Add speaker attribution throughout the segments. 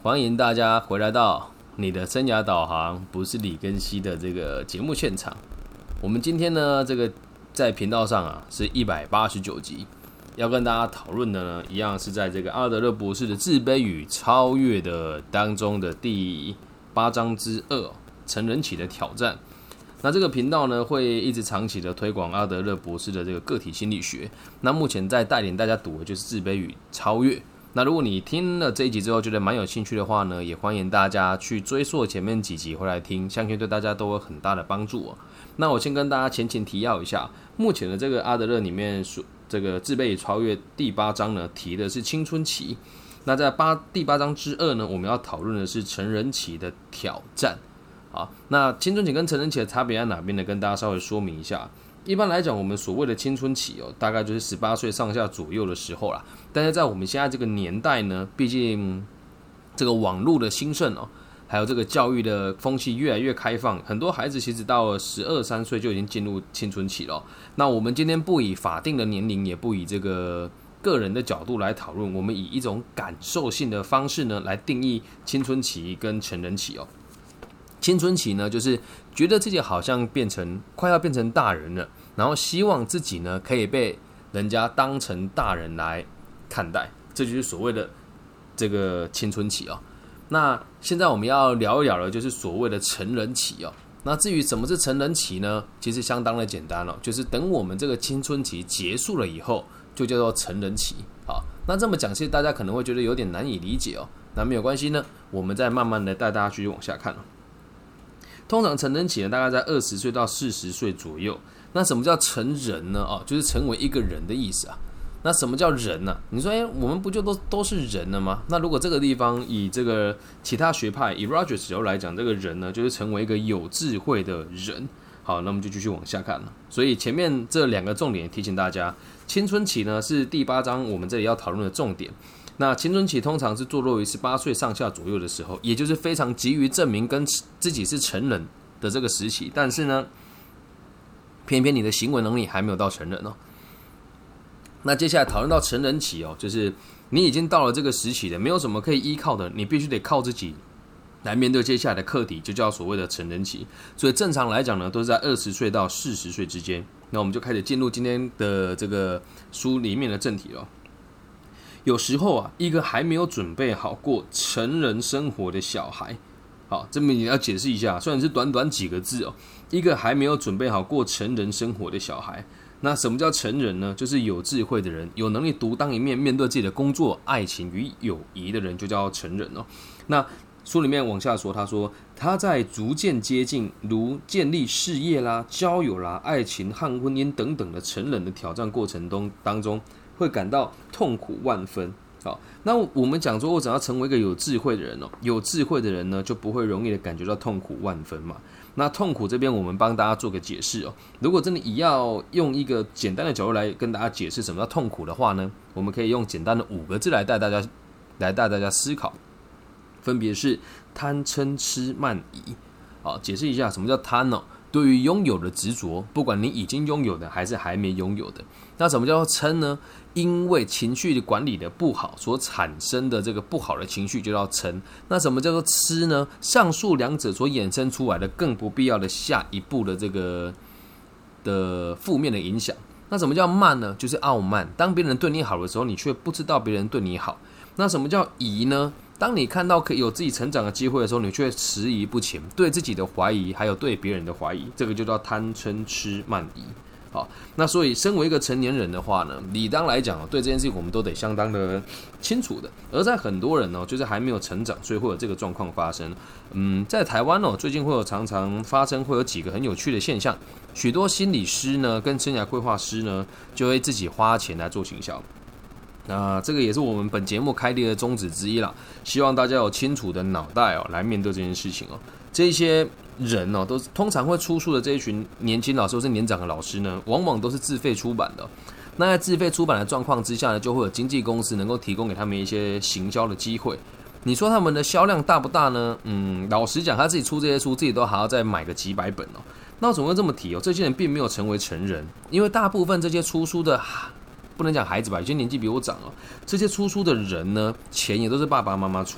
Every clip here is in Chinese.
Speaker 1: 欢迎大家回来到你的生涯导航，不是李根熙的这个节目现场。我们今天呢，这个在频道上啊是189集，要跟大家讨论的呢，一样是在这个阿德勒博士的《自卑与超越》的当中的第8章之2，成人期的挑战。那这个频道呢，会一直长期的推广阿德勒博士的这个个体心理学。那目前在带领大家读的就是《自卑与超越》。那如果你听了这一集之后觉得蛮有兴趣的话呢，也欢迎大家去追溯前面几集回来听，相信对大家都有很大的帮助哦。那我先跟大家前情提要一下，目前的这个阿德勒里面这个《自卑与超越》第8章呢，提的是青春期。那在第8章之2呢，我们要讨论的是成人期的挑战。好，那青春期跟成人期的差别在哪边呢？跟大家稍微说明一下。一般来讲，我们所谓的青春期大概就是18岁上下左右的时候啦。但是在我们现在这个年代呢，毕竟这个网络的兴盛还有这个教育的风气越来越开放，很多孩子其实到了12、13岁就已经进入青春期了。那我们今天不以法定的年龄，也不以这个个人的角度来讨论，我们以一种感受性的方式呢，来定义青春期跟成人期青春期呢，就是觉得自己好像快要变成大人了，然后希望自己呢可以被人家当成大人来看待，这就是所谓的这个青春期那现在我们要聊一聊的就是所谓的成人期那至于什么是成人期呢？其实相当的简单就是等我们这个青春期结束了以后，就叫做成人期。好，那这么讲，其实大家可能会觉得有点难以理解那没有关系呢，我们再慢慢的带大家继续往下看通常成人期呢，大概在20岁到40岁左右。那什么叫成人呢？就是成为一个人的意思啊。那什么叫人呢？你说，我们不就都是人了吗？那如果这个地方以这个其他学派以 Rogers 角度来讲，这个人呢，就是成为一个有智慧的人。好，那我们就继续往下看了。所以前面这2个重点提醒大家，青春期呢是第8章我们这里要讨论的重点。那青春期通常是坐落于18岁上下左右的时候，也就是非常急于证明跟自己是成人的这个时期，但是呢，偏偏你的行为能力还没有到成人那接下来讨论到成人期就是你已经到了这个时期了，没有什么可以依靠的，你必须得靠自己来面对接下来的课题，就叫所谓的成人期。所以正常来讲呢，都是在20岁到40岁之间。那我们就开始进入今天的这个书里面的正题了。有时候一个还没有准备好过成人生活的小孩，好，这边也要解释一下，虽然是短短几个字一个还没有准备好过成人生活的小孩。那什么叫成人呢？就是有智慧的人，有能力独当一面，面对自己的工作、爱情与友谊的人，就叫成人那书里面往下说，他说他在逐渐接近如建立事业啦、交友啦、爱情和婚姻等等的成人的挑战过程当中，会感到痛苦万分。好，那我们讲说，我只要成为一个有智慧的人有智慧的人呢，就不会容易的感觉到痛苦万分嘛。那痛苦这边，我们帮大家做个解释如果真的要用一个简单的角度来跟大家解释什么叫痛苦的话呢，我们可以用简单的5个字来带大家思考，分别是贪嗔痴慢疑。好，解释一下什么叫贪对于拥有的执着，不管你已经拥有的还是还没拥有的。那什么叫做嗔呢？因为情绪管理的不好所产生的这个不好的情绪就叫嗔。那什么叫做痴呢？上述2者所衍生出来的更不必要的下一步的这个的负面的影响。那什么叫慢呢？就是傲慢，当别人对你好的时候，你却不知道别人对你好。那什么叫疑呢？当你看到可以有自己成长的机会的时候，你却迟疑不前，对自己的怀疑还有对别人的怀疑，这个就叫贪嗔痴慢疑。好，那所以身为一个成年人的话呢，理当来讲对这件事情我们都得相当的清楚的。而在很多人就是还没有成长，所以会有这个状况发生。在台湾最近常常发生会有几个很有趣的现象，许多心理师呢跟生涯规划师呢就会自己花钱来做行销。那这个也是我们本节目开立的宗旨之一啦，希望大家有清楚的脑袋来面对这件事情这些人都通常会出书的这一群年轻老师或是年长的老师呢，往往都是自费出版的那在自费出版的状况之下呢，就会有经纪公司能够提供给他们一些行销的机会。你说他们的销量大不大呢？老实讲，他自己出这些书，自己都还要再买个几百本那我怎么会这么提这些人并没有成为成人，因为大部分这些出书的不能讲孩子吧，有些年纪比我长这些出书的人呢，钱也都是爸爸妈妈出的。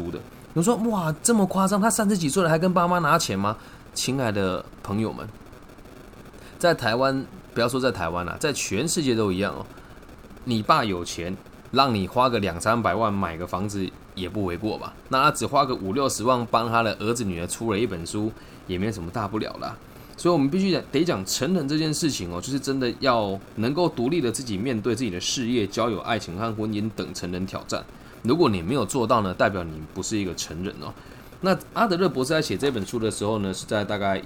Speaker 1: 你说哇这么夸张？他30几岁了还跟爸妈拿钱吗？亲爱的朋友们，在台湾不要说在台湾啦，在全世界都一样哦。你爸有钱，让你花个200-300万买个房子也不为过吧？那他只花个50-60万帮他的儿子女儿出了一本书，也没什么大不了啦。所以我们必须得讲成人这件事情哦，就是真的要能够独立的自己面对自己的事业、交友、爱情和婚姻等成人挑战。如果你没有做到呢，代表你不是一个成人哦。那阿德勒博士在写这本书的时候呢，是在大概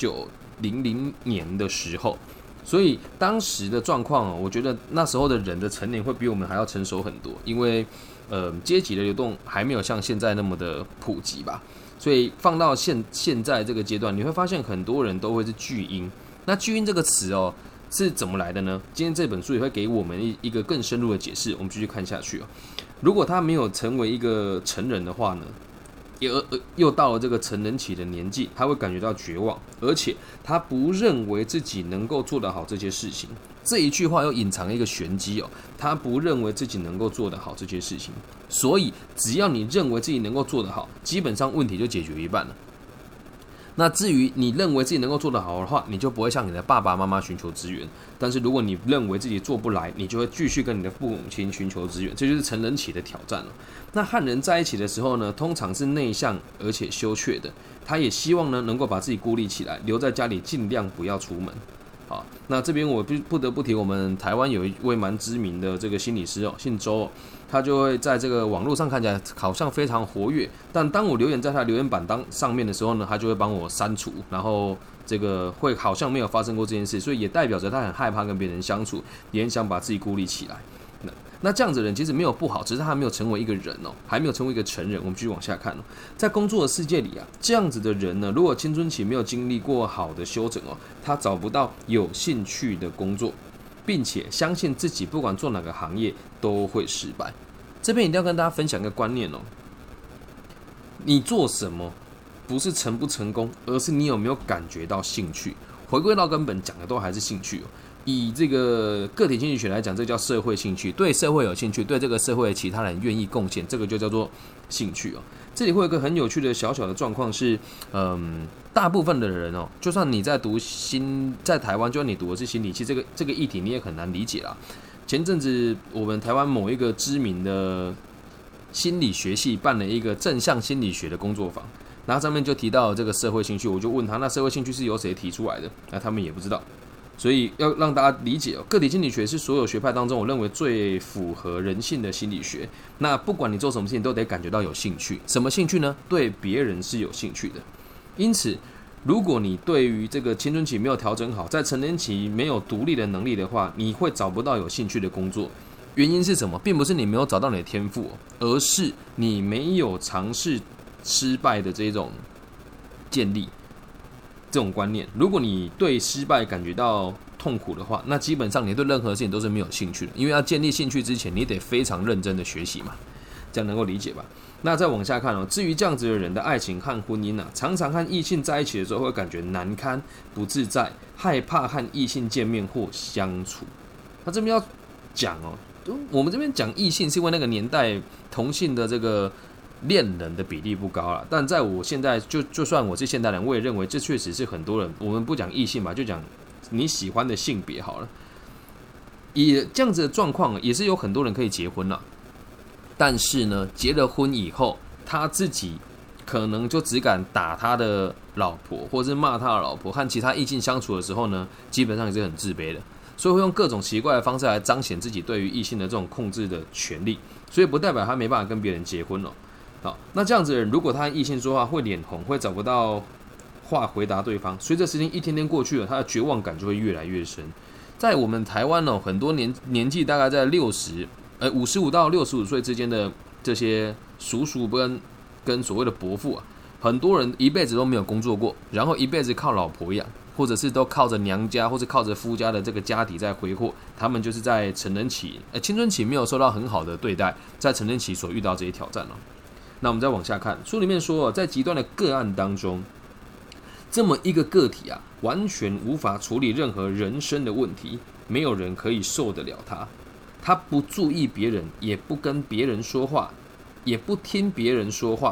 Speaker 1: 1900年的时候，所以当时的状况哦，我觉得那时候的人的成年会比我们还要成熟很多，因为阶级的流动还没有像现在那么的普及吧。所以放到现在这个阶段，你会发现很多人都会是巨婴。那巨婴这个词哦是怎么来的呢？今天这本书也会给我们一个更深入的解释，我们继续看下去哦。如果他没有成为一个成人的话呢，又到了这个成人期的年纪，他会感觉到绝望，而且他不认为自己能够做得好这些事情。这一句话又隐藏一个玄机哦，他不认为自己能够做得好这些事情。所以只要你认为自己能够做得好，基本上问题就解决一半了。那至于你认为自己能够做得好的话，你就不会向你的爸爸妈妈寻求资源。但是如果你认为自己做不来，你就会继续跟你的父母亲寻求资源，这就是成人期的挑战了。那和人在一起的时候呢，通常是内向而且羞怯的，他也希望呢能够把自己孤立起来，留在家里，尽量不要出门。好，那这边我不得不提，我们台湾有一位蛮知名的这个心理师哦，姓周哦，他就会在这个网络上看起来好像非常活跃，但当我留言在他的留言板上面的时候呢，他就会帮我删除，然后这个会好像没有发生过这件事，所以也代表着他很害怕跟别人相处，也很想把自己孤立起来。那这样子的人其实没有不好，只是他还没有成为一个人哦，还没有成为一个成人。我们继续往下看哦，在工作的世界里啊，这样子的人呢，如果青春期没有经历过好的修整哦，他找不到有兴趣的工作，并且相信自己不管做哪个行业都会失败。这边一定要跟大家分享一个观念哦，你做什么不是成不成功，而是你有没有感觉到兴趣。回归到根本，讲的都还是兴趣哦。以这个个体经济学来讲，这叫社会兴趣，对社会有兴趣，对这个社会的其他人愿意贡献，这个就叫做兴趣哦。这里会有一个很有趣的小小的状况是，大部分的人哦，就算你在在台湾，就算你读的是心理系，这个议题你也很难理解啦。前阵子我们台湾某一个知名的心理学系办了一个正向心理学的工作坊，然后上面就提到这个社会兴趣，我就问他，那社会兴趣是由谁提出来的？那他们也不知道。所以要让大家理解哦，个体心理学是所有学派当中我认为最符合人性的心理学。那不管你做什么事情，都得感觉到有兴趣。什么兴趣呢？对别人是有兴趣的。因此，如果你对于这个青春期没有调整好，在成年期没有独立的能力的话，你会找不到有兴趣的工作。原因是什么？并不是你没有找到你的天赋，而是你没有尝试失败的这种建立。这种观念，如果你对失败感觉到痛苦的话，那基本上你对任何事情都是没有兴趣的，因为要建立兴趣之前，你得非常认真的学习嘛，这样能够理解吧？那再往下看哦，至于这样子的人的爱情和婚姻啊，常常和异性在一起的时候会感觉难堪、不自在，害怕和异性见面或相处。他这边要讲哦，我们这边讲异性是因为那个年代同性的这个恋人的比例不高啦，但在我现在就算我是现代人，我也认为这确实是很多人，我们不讲异性吧，就讲你喜欢的性别好了。以这样子的状况，也是有很多人可以结婚啦，但是呢，结了婚以后，他自己可能就只敢打他的老婆，或是骂他的老婆，和其他异性相处的时候呢，基本上也是很自卑的，所以会用各种奇怪的方式来彰显自己对于异性的这种控制的权利，所以不代表他没办法跟别人结婚了。好，那这样子的人，如果他和异性说话会脸红，会找不到话回答对方，随着时间一天天过去了，他的绝望感就会越来越深。在我们台湾哦，很多年纪大概在55到65岁之间的这些叔叔跟所谓的伯父啊，很多人一辈子都没有工作过，然后一辈子靠老婆养，或者是都靠着娘家或者靠着夫家的这个家底在挥霍，他们就是在成人期、青春期没有受到很好的对待，在成人期所遇到这些挑战了。那我们再往下看，书里面说，在极端的个案当中，这么一个个体啊，完全无法处理任何人生的问题，没有人可以受得了他。他不注意别人，也不跟别人说话，也不听别人说话，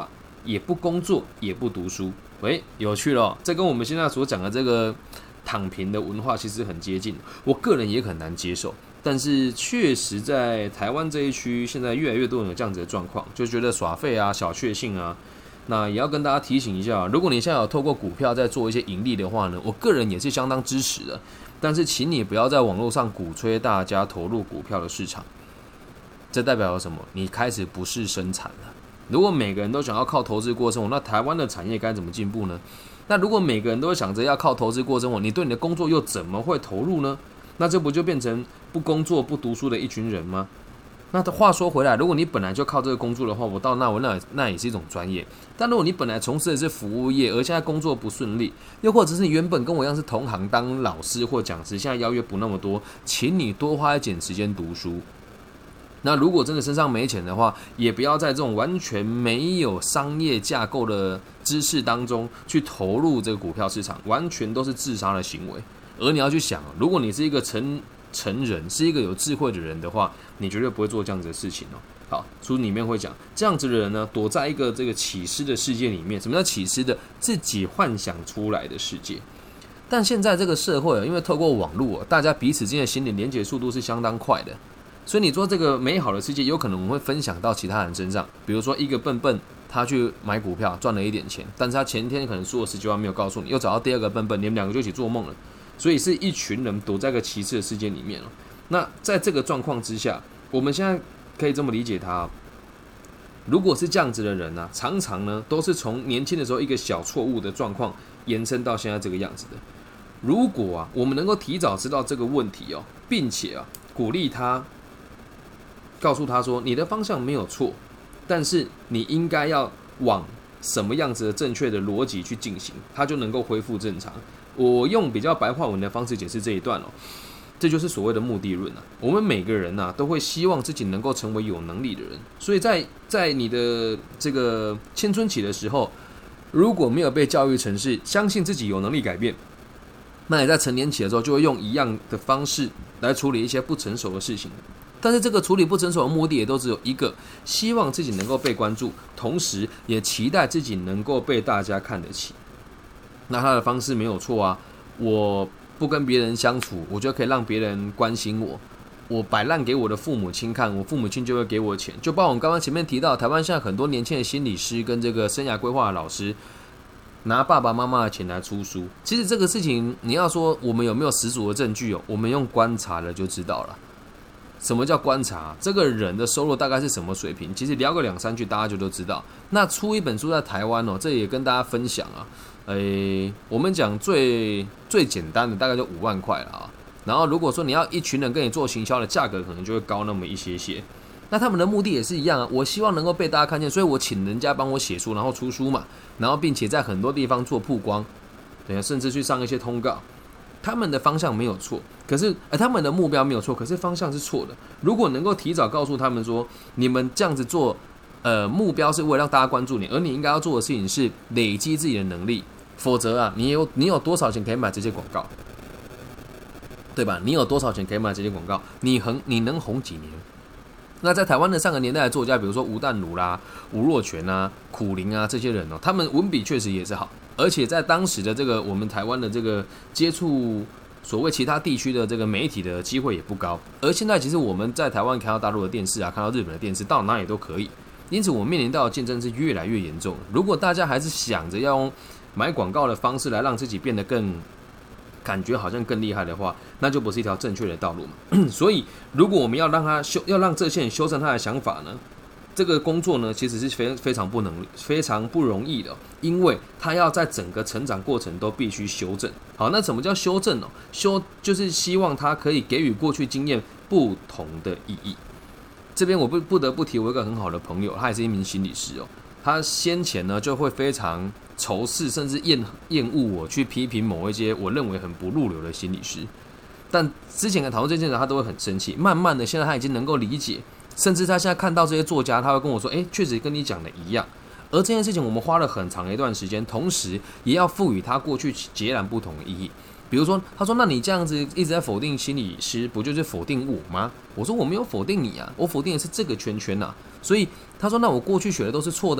Speaker 1: 也不工作，也不读书。有趣了哦，这跟我们现在所讲的这个躺平的文化其实很接近，我个人也很难接受。但是确实在台湾这一区，现在越来越多人有这样子的状况，就觉得耍废啊、小确幸啊。那也要跟大家提醒一下，如果你现在有透过股票在做一些盈利的话呢，我个人也是相当支持的。但是请你不要在网络上鼓吹大家投入股票的市场，这代表了什么？你开始不是生产了。如果每个人都想要靠投资过生活，那台湾的产业该怎么进步呢？那如果每个人都想着要靠投资过生活，你对你的工作又怎么会投入呢？那这不就变成不工作不读书的一群人吗？那话说回来，如果你本来就靠这个工作的话，那也是一种专业。但如果你本来从事的是服务业，而现在工作不顺利，又或者是你原本跟我一样是同行当老师或讲师，现在邀约不那么多，请你多花一点时间读书。那如果真的身上没钱的话，也不要在这种完全没有商业架构的知识当中去投入这个股票市场，完全都是自杀的行为。而你要去想，如果你是一个成人，是一个有智慧的人的话，你绝对不会做这样子的事情哦。好，书里面会讲，这样子的人呢，躲在一个这个启示的世界里面。什么叫启示的？自己幻想出来的世界。但现在这个社会，因为透过网络，大家彼此之间的心理连结速度是相当快的。所以你说这个美好的世界，有可能我们会分享到其他人身上。比如说一个笨笨，他去买股票赚了一点钱，但是他前天可能输了10几万没有告诉你，又找到第二个笨笨，你们两个就一起做梦了。所以是一群人躲在一个歧视的世界里面了。那在这个状况之下，我们现在可以这么理解他，如果是这样子的人啊，常常呢都是从年轻的时候一个小错误的状况延伸到现在这个样子的。如果啊我们能够提早知道这个问题哦，并且啊鼓励他，告诉他说你的方向没有错，但是你应该要往什么样子的正确的逻辑去进行，他就能够恢复正常。我用比较白话文的方式解释这一段哦，这就是所谓的目的论啊。我们每个人啊都会希望自己能够成为有能力的人，所以在你的这个青春期的时候，如果没有被教育成是相信自己有能力改变，那你在成年期的时候就会用一样的方式来处理一些不成熟的事情。但是这个处理不成熟的目的也都只有一个，希望自己能够被关注，同时也期待自己能够被大家看得起。那他的方式没有错啊，我不跟别人相处，我就可以让别人关心我。我摆烂给我的父母亲看，我父母亲就会给我钱。就包括我们刚刚前面提到，台湾现在很多年轻的心理师跟这个生涯规划的老师，拿爸爸妈妈的钱来出书。其实这个事情，你要说我们有没有十足的证据哦？我们用观察了就知道了。什么叫观察？这个人的收入大概是什么水平？其实聊个2-3句，大家就都知道。那出一本书在台湾哦，这也跟大家分享啊。我们讲最简单的大概就5万块了啊。然后如果说你要一群人跟你做行销的价格，可能就会高那么一些些。那他们的目的也是一样啊，我希望能够被大家看见，所以我请人家帮我写书，然后出书嘛，然后并且在很多地方做曝光，对，甚至去上一些通告。他们的方向没有错，可是他们的目标没有错，可是方向是错的。如果能够提早告诉他们说，你们这样子做，目标是为了让大家关注你，而你应该要做的事情是累积自己的能力，否则啊，你有多少钱可以买这些广告，对吧？你有多少钱可以买这些广告？你能红几年？那在台湾的上个年代的作家，比如说吴淡如啦、吴若权啊、苦苓啊这些人哦，他们文笔确实也是好。而且在当时的这个我们台湾的这个接触所谓其他地区的这个媒体的机会也不高，而现在其实我们在台湾看到大陆的电视啊，看到日本的电视，到哪里都可以。因此我们面临到的竞争是越来越严重。如果大家还是想着要用买广告的方式来让自己变得更感觉好像更厉害的话，那就不是一条正确的道路嘛。所以如果我们要让这些人修正他的想法呢，这个工作呢，其实是非常不容易的，因为他要在整个成长过程都必须修正。好，那什么叫修正呢？就是希望他可以给予过去经验不同的意义。这边我不得不提我一个很好的朋友，他也是一名心理师哦。他先前呢就会非常仇视甚至厌恶我去批评某一些我认为很不入流的心理师，但之前的讨论这件事他都会很生气。慢慢的，现在他已经能够理解。甚至他现在看到这些作家，他会跟我说：“确实跟你讲的一样。”而这件事情我们花了很长的一段时间，同时也要赋予他过去截然不同的意义。比如说，他说：“那你这样子一直在否定心理师，不就是否定我吗？”我说：“我没有否定你啊，我否定的是这个圈圈啊。”所以他说：“那我过去学的都是错的吗？”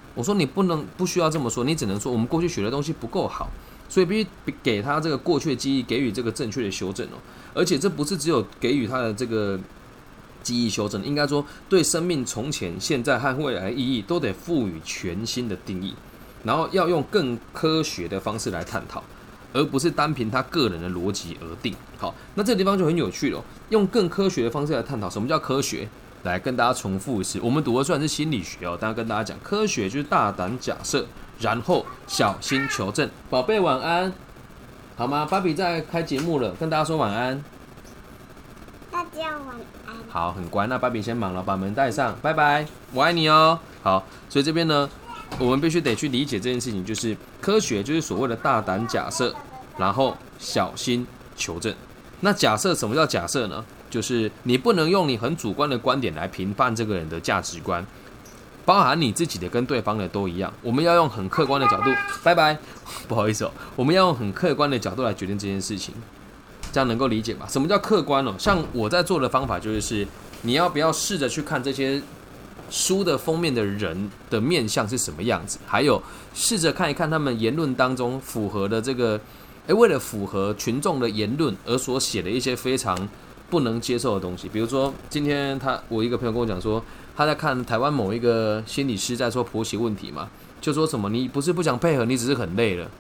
Speaker 1: 我说你不需要这么说，你只能说我们过去学的东西不够好，所以必须给他这个过去的记忆给予这个正确的修正哦。而且这不是只有给予他的这个记忆修正，应该说对生命从前、现在和未来的意义都得赋予全新的定义，然后要用更科学的方式来探讨，而不是单凭他个人的逻辑而定。好，那这个地方就很有趣了，用更科学的方式来探讨。什么叫科学？来跟大家重复一次，我们读的虽然是心理学哦，但要跟大家讲，科学就是大胆假设，然后小心求证。宝贝晚安，好吗？芭比在开节目了，跟大家说晚安。
Speaker 2: 大家晚安。
Speaker 1: 好，很乖。那芭比先忙了，把门带上，拜拜，我爱你哦。好，所以这边呢，我们必须得去理解这件事情，就是科学就是所谓的大胆假设，然后小心求证。那假设什么叫假设呢？就是你不能用你很主观的观点来评判这个人的价值观，包含你自己的跟对方的都一样。我们要用很客观的角度，拜拜，不好意思哦，我们要用很客观的角度来决定这件事情，这样能够理解吧？什么叫客观哦？像我在做的方法就是，你要不要试着去看这些书的封面的人的面相是什么样子，还有试着看一看他们言论当中符合的这个，为了符合群众的言论而所写的一些非常不能接受的东西。比如说今天我一个朋友跟我讲说，他在看台湾某一个心理师在说婆媳问题嘛，就说什么你不是不想配合，你只是很累了。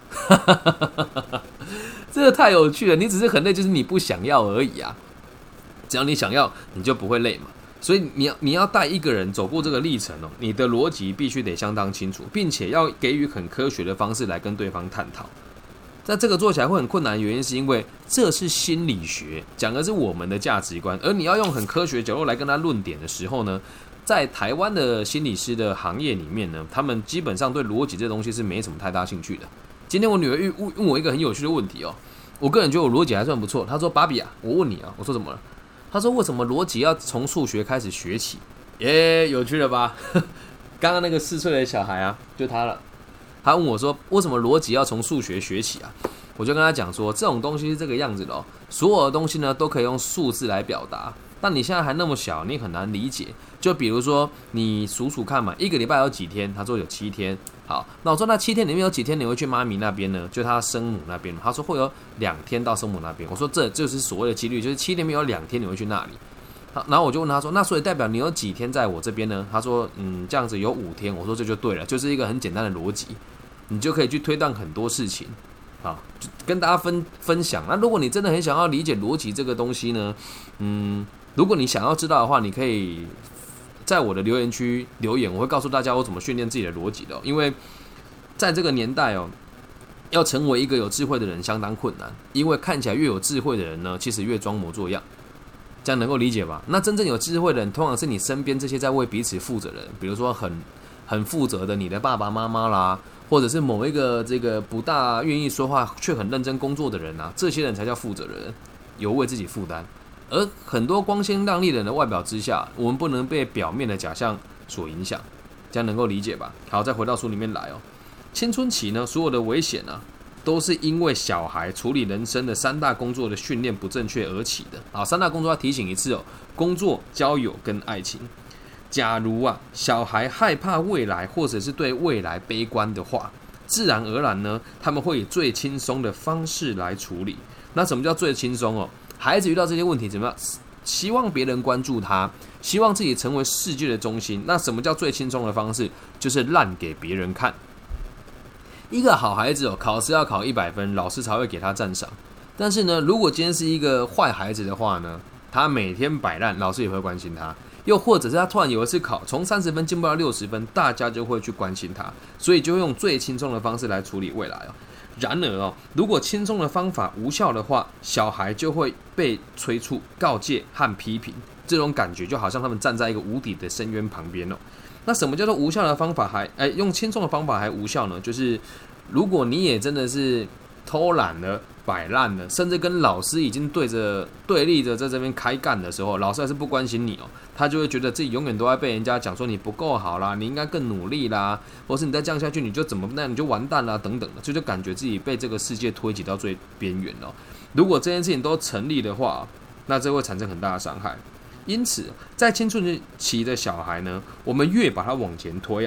Speaker 1: 这个太有趣了，你只是很累，就是你不想要而已啊。只要你想要，你就不会累嘛。所以你要带一个人走过这个历程哦，你的逻辑必须得相当清楚，并且要给予很科学的方式来跟对方探讨。那这个做起来会很困难的原因是因为这是心理学，讲的是我们的价值观，而你要用很科学的角度来跟他论点的时候呢，在台湾的心理师的行业里面呢，他们基本上对逻辑这东西是没什么太大兴趣的。今天我女儿问我一个很有趣的问题哦，我个人觉得我逻辑还算不错。她说：“芭比啊，我问你啊。”我说：“怎么了？”她说：“为什么逻辑要从数学开始学起？”有趣了吧？刚刚那个4岁的小孩啊，就他了。他问我说：“为什么逻辑要从数学学起啊？”我就跟他讲说，这种东西是这个样子的哦，所有的东西呢都可以用数字来表达，但你现在还那么小，你很难理解。就比如说，你数数看嘛，一个礼拜有几天？他说有7天。好，那我说那7天里面有几天你会去妈咪那边呢？就他生母那边。他说会有2天到生母那边。我说这就是所谓的几率，就是7天里面有2天你会去那里。好，然后我就问他说，那所以代表你有几天在我这边呢？他说这样子有5天。我说这就对了，就是一个很简单的逻辑，你就可以去推断很多事情。好，就跟大家分享。那如果你真的很想要理解逻辑这个东西呢，如果你想要知道的话，你可以在我的留言区留言，我会告诉大家我怎么训练自己的逻辑的因为在这个年代要成为一个有智慧的人相当困难，因为看起来越有智慧的人呢，其实越装模作样。这样能够理解吧？那真正有智慧的人，通常是你身边这些在为彼此负责的人，比如说很负责的你的爸爸妈妈啦，或者是某一个这个不大愿意说话却很认真工作的人啊，这些人才叫负责的人，有为自己负担。而很多光鲜亮丽的人的外表之下，我们不能被表面的假象所影响，这样能够理解吧？好，再回到书里面来青春期呢，所有的危险啊，都是因为小孩处理人生的3大工作的训练不正确而起的。好，3大工作要提醒一次工作、交友跟爱情。假如小孩害怕未来，或者是对未来悲观的话，自然而然呢，他们会以最轻松的方式来处理。那什么叫最轻松孩子遇到这些问题怎么样？希望别人关注他，希望自己成为世界的中心。那什么叫最轻松的方式？就是烂给别人看。一个好孩子考试要考100分，老师才会给他赞赏。但是呢，如果今天是一个坏孩子的话呢，他每天摆烂，老师也会关心他。又或者是他突然有一次考从30分进步到60分，大家就会去关心他，所以就会用最轻松的方式来处理未来然而如果轻松的方法无效的话，小孩就会被催促、告诫和批评，这种感觉就好像他们站在一个无底的深渊旁边那什么叫做无效的方法用轻松的方法还无效呢？就是如果你也真的是偷懒了、摆烂了，甚至跟老师已经对立着在这边开干的时候，老师还是不关心你他就会觉得自己永远都在被人家讲说你不够好啦，你应该更努力啦，或是你再这样下去你就怎么那样，你就完蛋啦等等的，就感觉自己被这个世界推挤到最边缘如果这件事情都成立的话，那这会产生很大的伤害。因此，在青春期的小孩呢，我们越把他往前推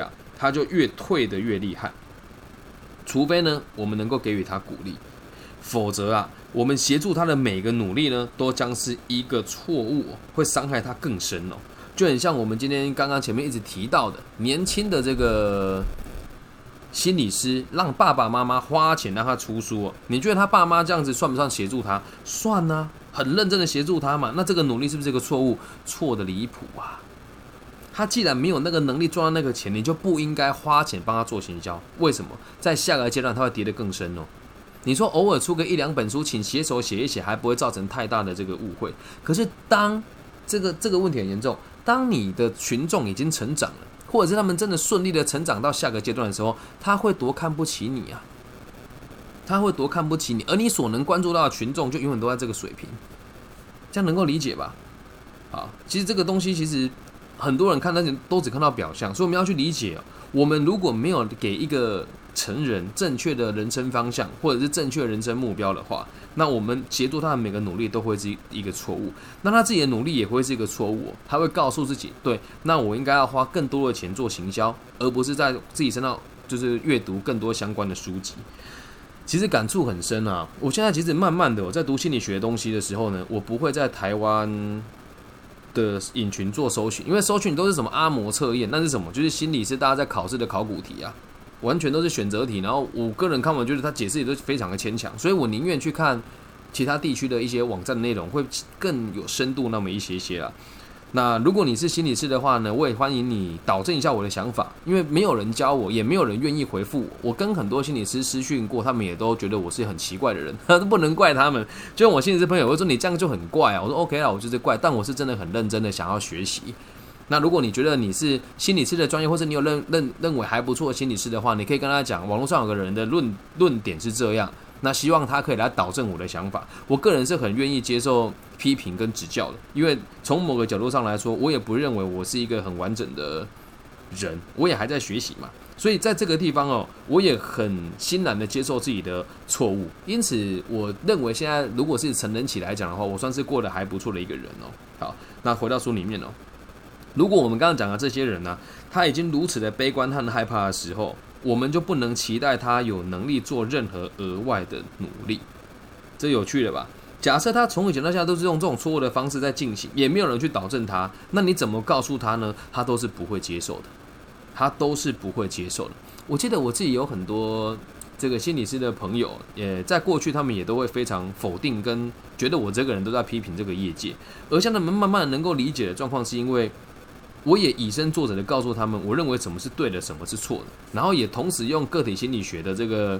Speaker 1: 他就越退得越厉害。除非呢，我们能够给予他鼓励，否则啊，我们协助他的每个努力呢，都将是一个错误，会伤害他更深哦。就很像我们今天刚刚前面一直提到的，年轻的这个心理师让爸爸妈妈花钱让他出书哦，你觉得他爸妈这样子算不算协助他？算啊，很认真的协助他嘛。那这个努力是不是一个错误？错的离谱啊！他既然没有那个能力赚到那个钱，你就不应该花钱帮他做行销。为什么？在下个阶段他会跌得更深哦。你说偶尔出个1-2本书，请写手写一写，还不会造成太大的这个误会。可是当这个问题很严重，当你的群众已经成长了，或者是他们真的顺利的成长到下个阶段的时候，他会多看不起你啊！他会多看不起你，而你所能关注到的群众就永远都在这个水平，这样能够理解吧？好，其实这个东西其实很多人看那都只看到表象，所以我们要去理解哦。我们如果没有给一个成人正确的人生方向，或者是正确的人生目标的话，那我们协助他的每个努力都会是一个错误，那他自己的努力也会是一个错误哦。他会告诉自己，对，那我应该要花更多的钱做行销，而不是在自己身上就是阅读更多相关的书籍。其实感触很深啊。我现在其实慢慢的我在读心理学的东西的时候呢，我不会在台湾的引群做搜寻，因为搜寻都是什么阿摩测验，那是什么？就是心理是大家在考试的考古题啊，完全都是选择题。然后我个人看完觉得他解释也都非常的牵强，所以我宁愿去看其他地区的一些网站的内容，会更有深度那么一些些啦。那如果你是心理师的话呢，我也欢迎你导正一下我的想法，因为没有人教我，也没有人愿意回复我。我跟很多心理师私讯过，他们也都觉得我是很奇怪的人，不能怪他们。就我心理师朋友会说你这样就很怪啊，我说 OK 啦，我就是怪，但我是真的很认真的想要学习。那如果你觉得你是心理师的专业，或者你有认为还不错的心理师的话，你可以跟他讲，网络上有个人的论点是这样。那希望他可以来导正我的想法。我个人是很愿意接受批评跟指教的，因为从某个角度上来说，我也不认为我是一个很完整的人，我也还在学习嘛。所以在这个地方哦，我也很欣然的接受自己的错误。因此，我认为现在如果是成人期来讲的话，我算是过得还不错的一个人哦。好，那回到书里面哦，如果我们刚刚讲的这些人呢，他已经如此的悲观和害怕的时候，我们就不能期待他有能力做任何额外的努力。这有趣了吧？假设他从以前到现在都是用这种错误的方式在进行，也没有人去导正他，那你怎么告诉他呢？他都是不会接受的，他都是不会接受的。我记得我自己有很多这个心理师的朋友，也在过去他们也都会非常否定跟觉得我这个人都在批评这个业界，而像他们慢慢能够理解的状况，是因为我也以身作则的告诉他们，我认为什么是对的，什么是错的，然后也同时用个体心理学的这个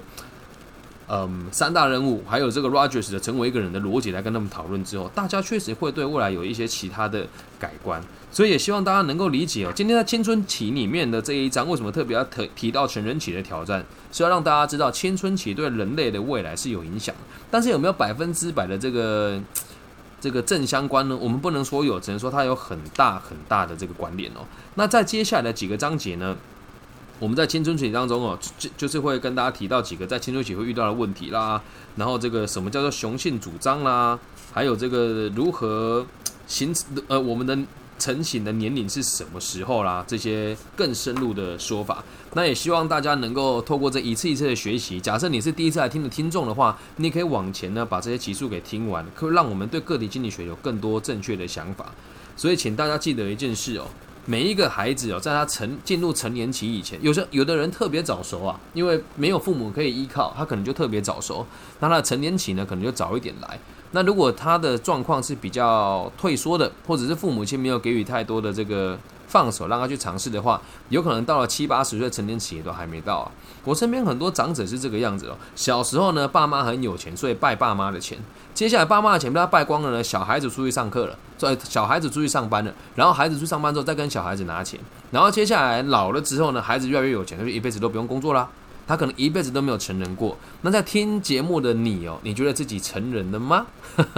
Speaker 1: 3大任务，还有这个 Rogers 的成为一个人的逻辑来跟他们讨论之后，大家确实会对未来有一些其他的改观，所以也希望大家能够理解哦。今天在青春期里面的这一章，为什么特别要提到成人期的挑战，是要让大家知道青春期对人类的未来是有影响的，但是有没有100%的这个正相关呢？我们不能说有，只能说它有很大很大的这个关联哦。那在接下来的几个章节呢，我们在青春期当中哦，就是会跟大家提到几个在青春期会遇到的问题啦，然后这个什么叫做雄性主张啦，还有这个如何我们的成型的年龄是什么时候啦，这些更深入的说法。那也希望大家能够透过这一次一次的学习，假设你是第一次来听的听众的话，你可以往前呢把这些集数给听完，可以让我们对个体心理学有更多正确的想法。所以请大家记得一件事哦，每一个孩子哦，在他进入成年期以前，有的人特别早熟啊，因为没有父母可以依靠，他可能就特别早熟。那他的成年期呢，可能就早一点来。那如果他的状况是比较退缩的，或者是父母亲没有给予太多的这个放手让他去尝试的话，有可能到了70-80岁成年期也都还没到啊。我身边很多长者是这个样子哦，小时候呢，爸妈很有钱，所以拜爸妈的钱。接下来爸妈的钱被他败光了呢，小孩子出去上课了，小孩子出去上班了，然后孩子去上班之后再跟小孩子拿钱，然后接下来老了之后呢，孩子越来越有钱，所以一辈子都不用工作啦。他可能一辈子都没有成人过。那在听节目的你哦，你觉得自己成人了吗？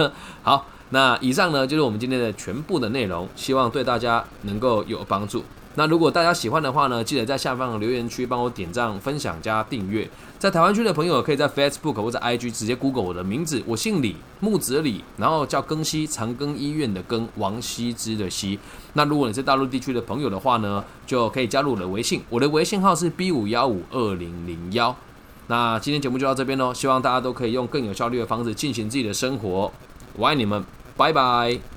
Speaker 1: 好，那以上呢就是我们今天的全部的内容，希望对大家能够有帮助。 那如果大家喜欢的话呢，记得在下方的留言区帮我点赞、分享加订阅。在台湾区的朋友可以在 Facebook 或者 IG 直接 Google 我的名字，我姓李，木子李，然后叫庚希，长庚医院的庚，王羲之的羲。那如果你是大陆地区的朋友的话呢，就可以加入我的微信，我的微信号是 B5152001。那今天节目就到这边咯，希望大家都可以用更有效率的方式进行自己的生活。我爱你们，拜拜。